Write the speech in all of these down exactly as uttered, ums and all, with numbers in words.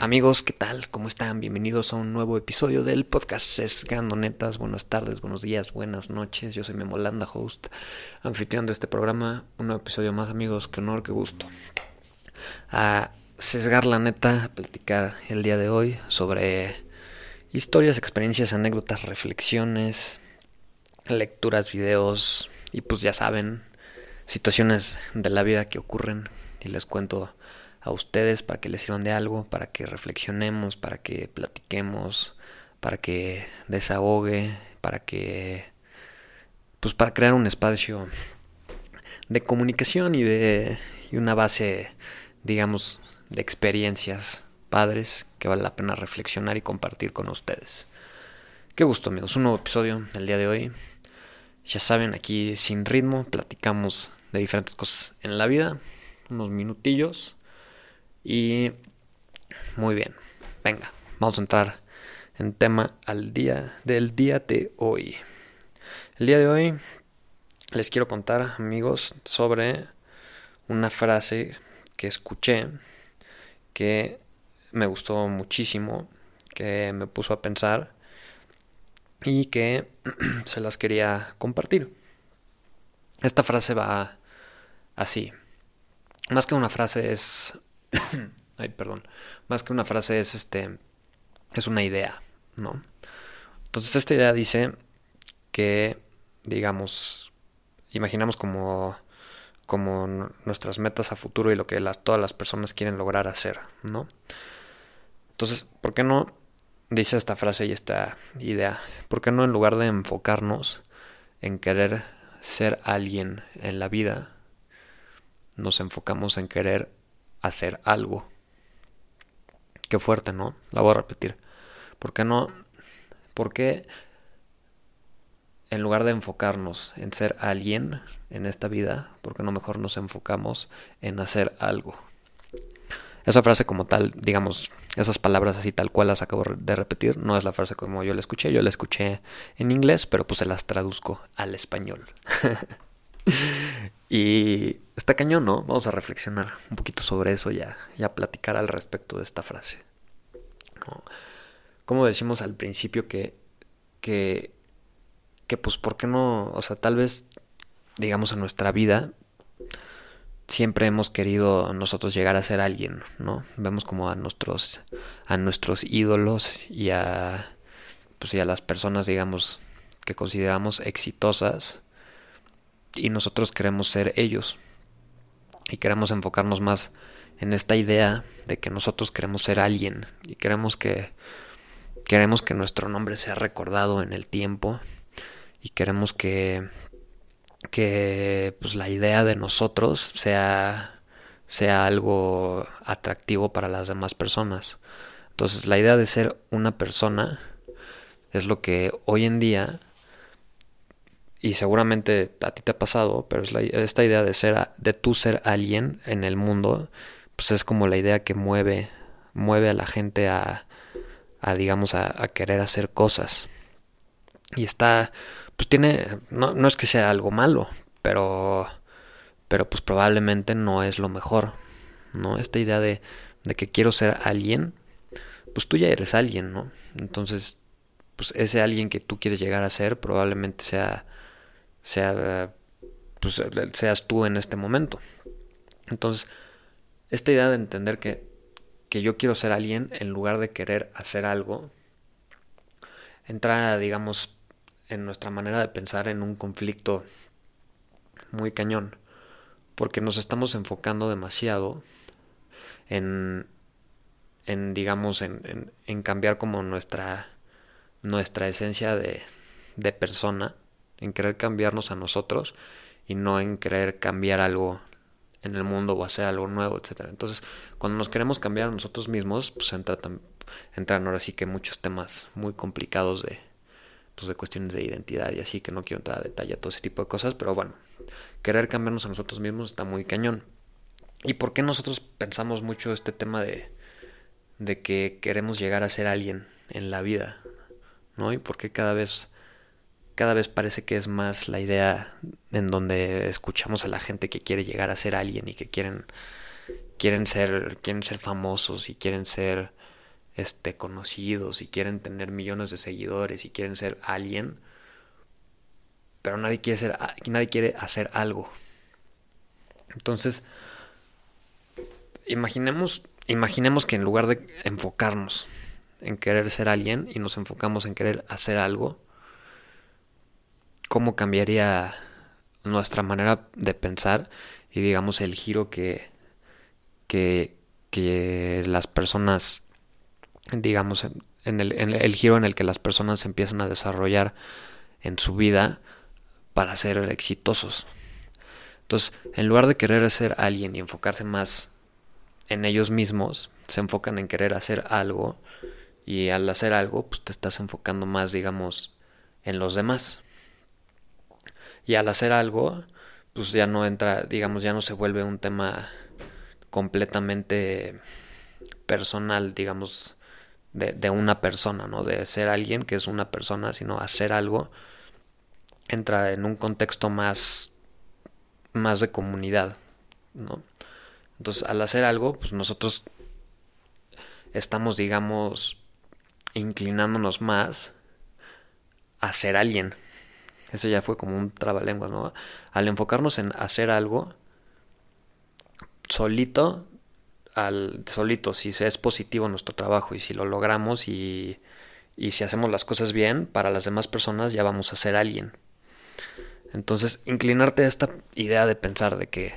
Amigos, ¿qué tal? ¿Cómo están? Bienvenidos a un nuevo episodio del podcast Sesgando Netas. Buenas tardes, buenos días, buenas noches. Yo soy Memo Landa, host, anfitrión de este programa. Un nuevo episodio más, amigos. Qué honor, qué gusto. A sesgar la neta, a platicar el día de hoy sobre historias, experiencias, anécdotas, reflexiones, lecturas, videos y pues ya saben, situaciones de la vida que ocurren y les cuento a ustedes para que les sirvan de algo, para que reflexionemos, para que platiquemos, para que desahogue, para que pues para crear un espacio de comunicación y de y una base, digamos, de experiencias padres que vale la pena reflexionar y compartir con ustedes. Qué gusto, amigos, un nuevo episodio del día de hoy. Ya saben, aquí sin ritmo platicamos de diferentes cosas en la vida, unos minutillos. Y muy bien, venga, vamos a entrar en tema al día del día de hoy. El día de hoy les quiero contar, amigos, sobre una frase que escuché que me gustó muchísimo, que me puso a pensar y que se las quería compartir. Esta frase va así. Más que una frase es... Ay, perdón. Más que una frase es este... Es una idea, ¿no? Entonces esta idea dice que, digamos, imaginamos como, como nuestras metas a futuro y lo que las, todas las personas quieren lograr hacer, ¿no? Entonces, ¿por qué no, dice esta frase y esta idea, ¿por qué no en lugar de enfocarnos en querer ser alguien en la vida, nos enfocamos en querer hacer algo? Qué fuerte, ¿no? La voy a repetir. ¿Por qué no? ¿Por qué en lugar de enfocarnos en ser alguien en esta vida, por qué no mejor nos enfocamos en hacer algo? Esa frase como tal, digamos, esas palabras así tal cual las acabo de repetir, no es la frase como yo la escuché, yo la escuché en inglés, pero pues se las traduzco al español. Y está cañón, ¿no? Vamos a reflexionar un poquito sobre eso y a, y a platicar al respecto de esta frase, ¿no? Como decimos al principio que, que, que pues, ¿por qué no? O sea, tal vez, digamos, en nuestra vida siempre hemos querido nosotros llegar a ser alguien, ¿no? Vemos como a nuestros, a nuestros ídolos y a, pues, y a las personas, digamos, que consideramos exitosas. Y nosotros queremos ser ellos. Y queremos enfocarnos más en esta idea de que nosotros queremos ser alguien. Y queremos que, queremos que nuestro nombre sea recordado en el tiempo. Y queremos que, que pues, la idea de nosotros sea, sea algo atractivo para las demás personas. Entonces la idea de ser una persona es lo que hoy en día... Y seguramente a ti te ha pasado, pero es la, esta idea de ser, de tú ser alguien en el mundo, pues es como la idea que mueve, mueve a la gente a, a digamos, a, a querer hacer cosas. Y está, pues tiene, no, no es que sea algo malo, pero, pero pues probablemente no es lo mejor, ¿no? Esta idea de, de que quiero ser alguien, pues tú ya eres alguien, ¿no? Entonces, pues ese alguien que tú quieres llegar a ser probablemente sea sea pues seas tú en este momento. Entonces, esta idea de entender que, que yo quiero ser alguien en lugar de querer hacer algo, entra, digamos, en nuestra manera de pensar en un conflicto muy cañón, porque nos estamos enfocando demasiado en, en digamos, en, en, en cambiar como nuestra, nuestra esencia de, de persona, en querer cambiarnos a nosotros y no en querer cambiar algo en el mundo o hacer algo nuevo, etcétera. Entonces, cuando nos queremos cambiar a nosotros mismos, pues entra tam, entran ahora sí que muchos temas muy complicados de, pues de cuestiones de identidad y así, que no quiero entrar a detalle a todo ese tipo de cosas, pero bueno, querer cambiarnos a nosotros mismos está muy cañón. ¿Y por qué nosotros pensamos mucho este tema de, de que queremos llegar a ser alguien en la vida, ¿no? Y por qué cada vez... Cada vez parece que es más la idea en donde escuchamos a la gente que quiere llegar a ser alguien y que quieren, quieren ser, quieren ser famosos y quieren ser este, conocidos y quieren tener millones de seguidores y quieren ser alguien, pero nadie quiere ser, nadie quiere hacer algo. Entonces, imaginemos, imaginemos que en lugar de enfocarnos en querer ser alguien y nos enfocamos en querer hacer algo, ¿cómo cambiaría nuestra manera de pensar y digamos el giro que, que, que las personas, digamos, en el, en el giro en el que las personas empiezan a desarrollar en su vida para ser exitosos? Entonces, en lugar de querer ser alguien y enfocarse más en ellos mismos, se enfocan en querer hacer algo, y al hacer algo, pues te estás enfocando más, digamos, en los demás. Y al hacer algo, pues ya no entra, digamos, ya no se vuelve un tema completamente personal, digamos, de, de una persona, ¿no? De ser alguien que es una persona, sino hacer algo entra en un contexto más, más de comunidad, ¿no? Entonces, al hacer algo, pues nosotros estamos, digamos, inclinándonos más a ser alguien. Eso ya fue como un trabalenguas, ¿no? Al enfocarnos en hacer algo, solito, al solito, si es positivo nuestro trabajo y si lo logramos y, y si hacemos las cosas bien, para las demás personas ya vamos a ser alguien. Entonces, inclinarte a esta idea de pensar de que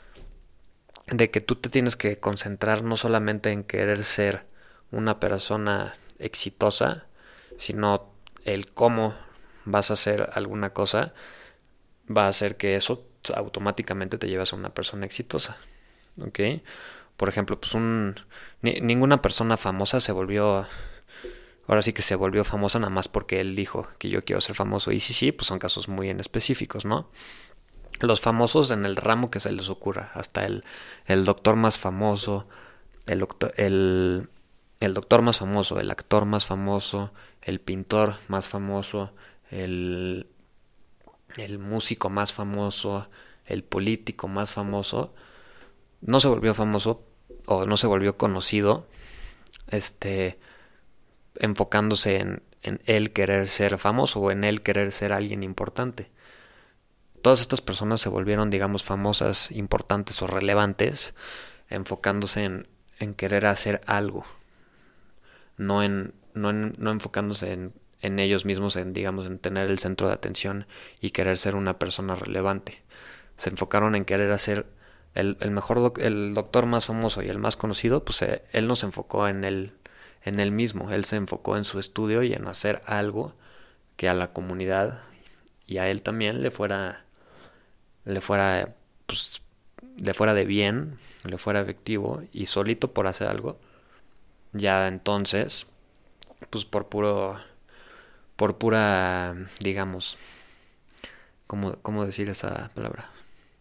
de que tú te tienes que concentrar no solamente en querer ser una persona exitosa, sino el cómo vas a hacer alguna cosa, va a hacer que eso automáticamente te lleve a ser una persona exitosa. ¿Ok? Por ejemplo, pues un ni, ninguna persona famosa se volvió, ahora sí que se volvió famosa nada más porque él dijo que yo quiero ser famoso. Y sí, sí, pues son casos muy en específicos, ¿no? Los famosos en el ramo que se les ocurra, hasta el, el doctor más famoso, el, el, el doctor más famoso, el actor más famoso, el pintor más famoso, el, el músico más famoso, el político más famoso, no se volvió famoso o no se volvió conocido, este, enfocándose en, en él querer ser famoso o en él querer ser alguien importante. Todas estas personas se volvieron, digamos, famosas, importantes o relevantes, enfocándose en, en querer hacer algo, no en, no en, no enfocándose en, en ellos mismos, en, digamos, en tener el centro de atención y querer ser una persona relevante. Se enfocaron en querer hacer el, el mejor, doc, el doctor más famoso y el más conocido, pues eh, él no se enfocó en él, en él mismo, él se enfocó en su estudio y en hacer algo que a la comunidad y a él también le fuera le fuera pues le fuera de bien, le fuera efectivo, y solito por hacer algo, ya entonces pues por puro por pura, digamos, cómo cómo decir esa palabra,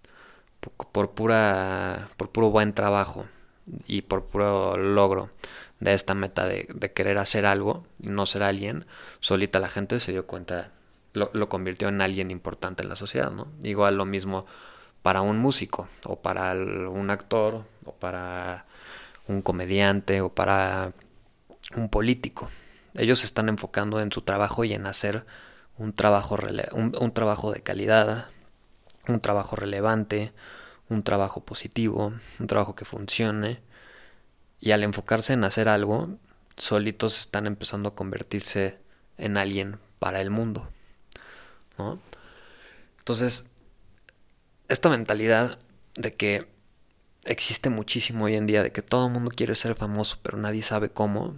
por pura por puro buen trabajo y por puro logro de esta meta de, de querer hacer algo y no ser alguien, solita la gente se dio cuenta, lo, lo convirtió en alguien importante en la sociedad, ¿no? Igual lo mismo para un músico, o para un actor, o para un comediante, o para un político. Ellos se están enfocando en su trabajo y en hacer un trabajo, rele- un, un trabajo de calidad, un trabajo relevante, un trabajo positivo, un trabajo que funcione. Y al enfocarse en hacer algo, solitos están empezando a convertirse en alguien para el mundo, ¿no? Entonces, esta mentalidad de que existe muchísimo hoy en día, de que todo el mundo quiere ser famoso, pero nadie sabe cómo,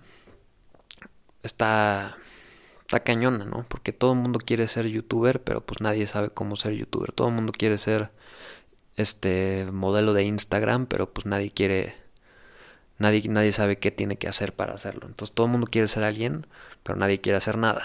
está, está cañona, ¿no? Porque todo el mundo quiere ser youtuber, pero pues nadie sabe cómo ser youtuber. Todo el mundo quiere ser este modelo de Instagram, pero pues nadie quiere, nadie, nadie sabe qué tiene que hacer para hacerlo. Entonces todo el mundo quiere ser alguien, pero nadie quiere hacer nada.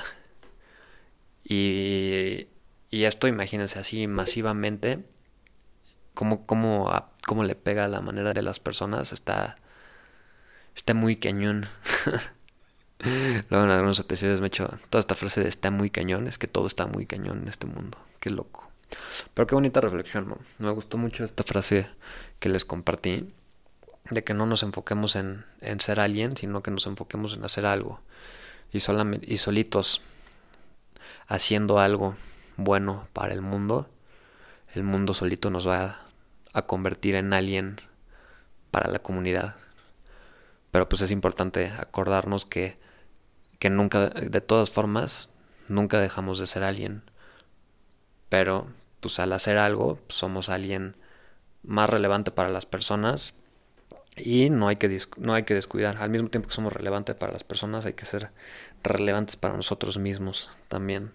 Y, y esto, imagínense así masivamente, cómo, cómo, cómo le pega a la manera de las personas, está, está muy cañón. Luego en algunos episodios me he hecho toda esta frase de está muy cañón, es que todo está muy cañón en este mundo, qué loco. Pero qué bonita reflexión, ¿no? Me gustó mucho esta frase que les compartí. de que no nos enfoquemos en, en ser alguien, sino que nos enfoquemos en hacer algo. Y, solamente, y solitos, haciendo algo bueno para el mundo, el mundo solito nos va a, a convertir en alguien para la comunidad. Pero pues es importante acordarnos que, que nunca, de todas formas, nunca dejamos de ser alguien. Pero pues al hacer algo, somos alguien más relevante para las personas. Y no hay que no hay que descuidar. Al mismo tiempo que somos relevantes para las personas, hay que ser relevantes para nosotros mismos también.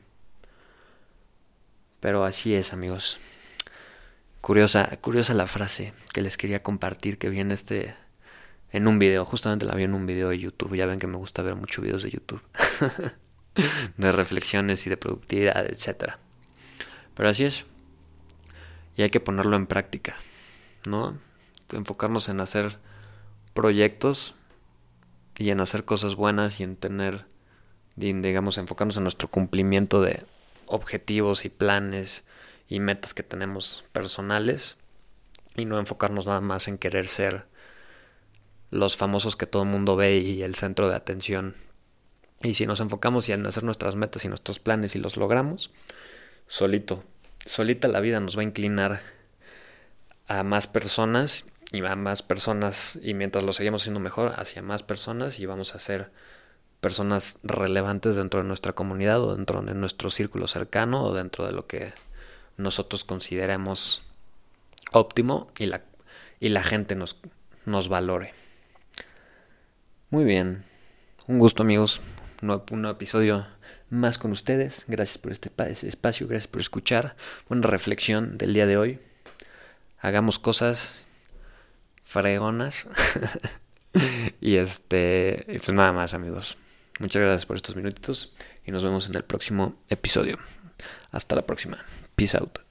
Pero así es, amigos. Curiosa, curiosa la frase que les quería compartir, que vi en este, en un video. Justamente la vi en un video de YouTube. Ya ven que me gusta ver muchos videos de YouTube. De reflexiones y de productividad, etcétera. Pero así es. Y hay que ponerlo en práctica, ¿no? Enfocarnos en hacer proyectos y en hacer cosas buenas y en tener, digamos, enfocarnos en nuestro cumplimiento de objetivos y planes y metas que tenemos personales, y no enfocarnos nada más en querer ser los famosos que todo el mundo ve y el centro de atención. Y si nos enfocamos en hacer nuestras metas y nuestros planes y los logramos, solito, solita la vida nos va a inclinar a más personas y a más personas, y mientras lo seguimos haciendo mejor, hacia más personas, y vamos a ser personas relevantes dentro de nuestra comunidad o dentro de nuestro círculo cercano o dentro de lo que nosotros consideremos óptimo y la, y la gente nos, nos valore. Muy bien, un gusto, amigos, un, un episodio más con ustedes. Gracias por este espacio, gracias por escuchar. Una reflexión del día de hoy. Hagamos cosas fregonas. Y este, pues nada más, amigos. Muchas gracias por estos minutitos y nos vemos en el próximo episodio. Hasta la próxima. Peace out.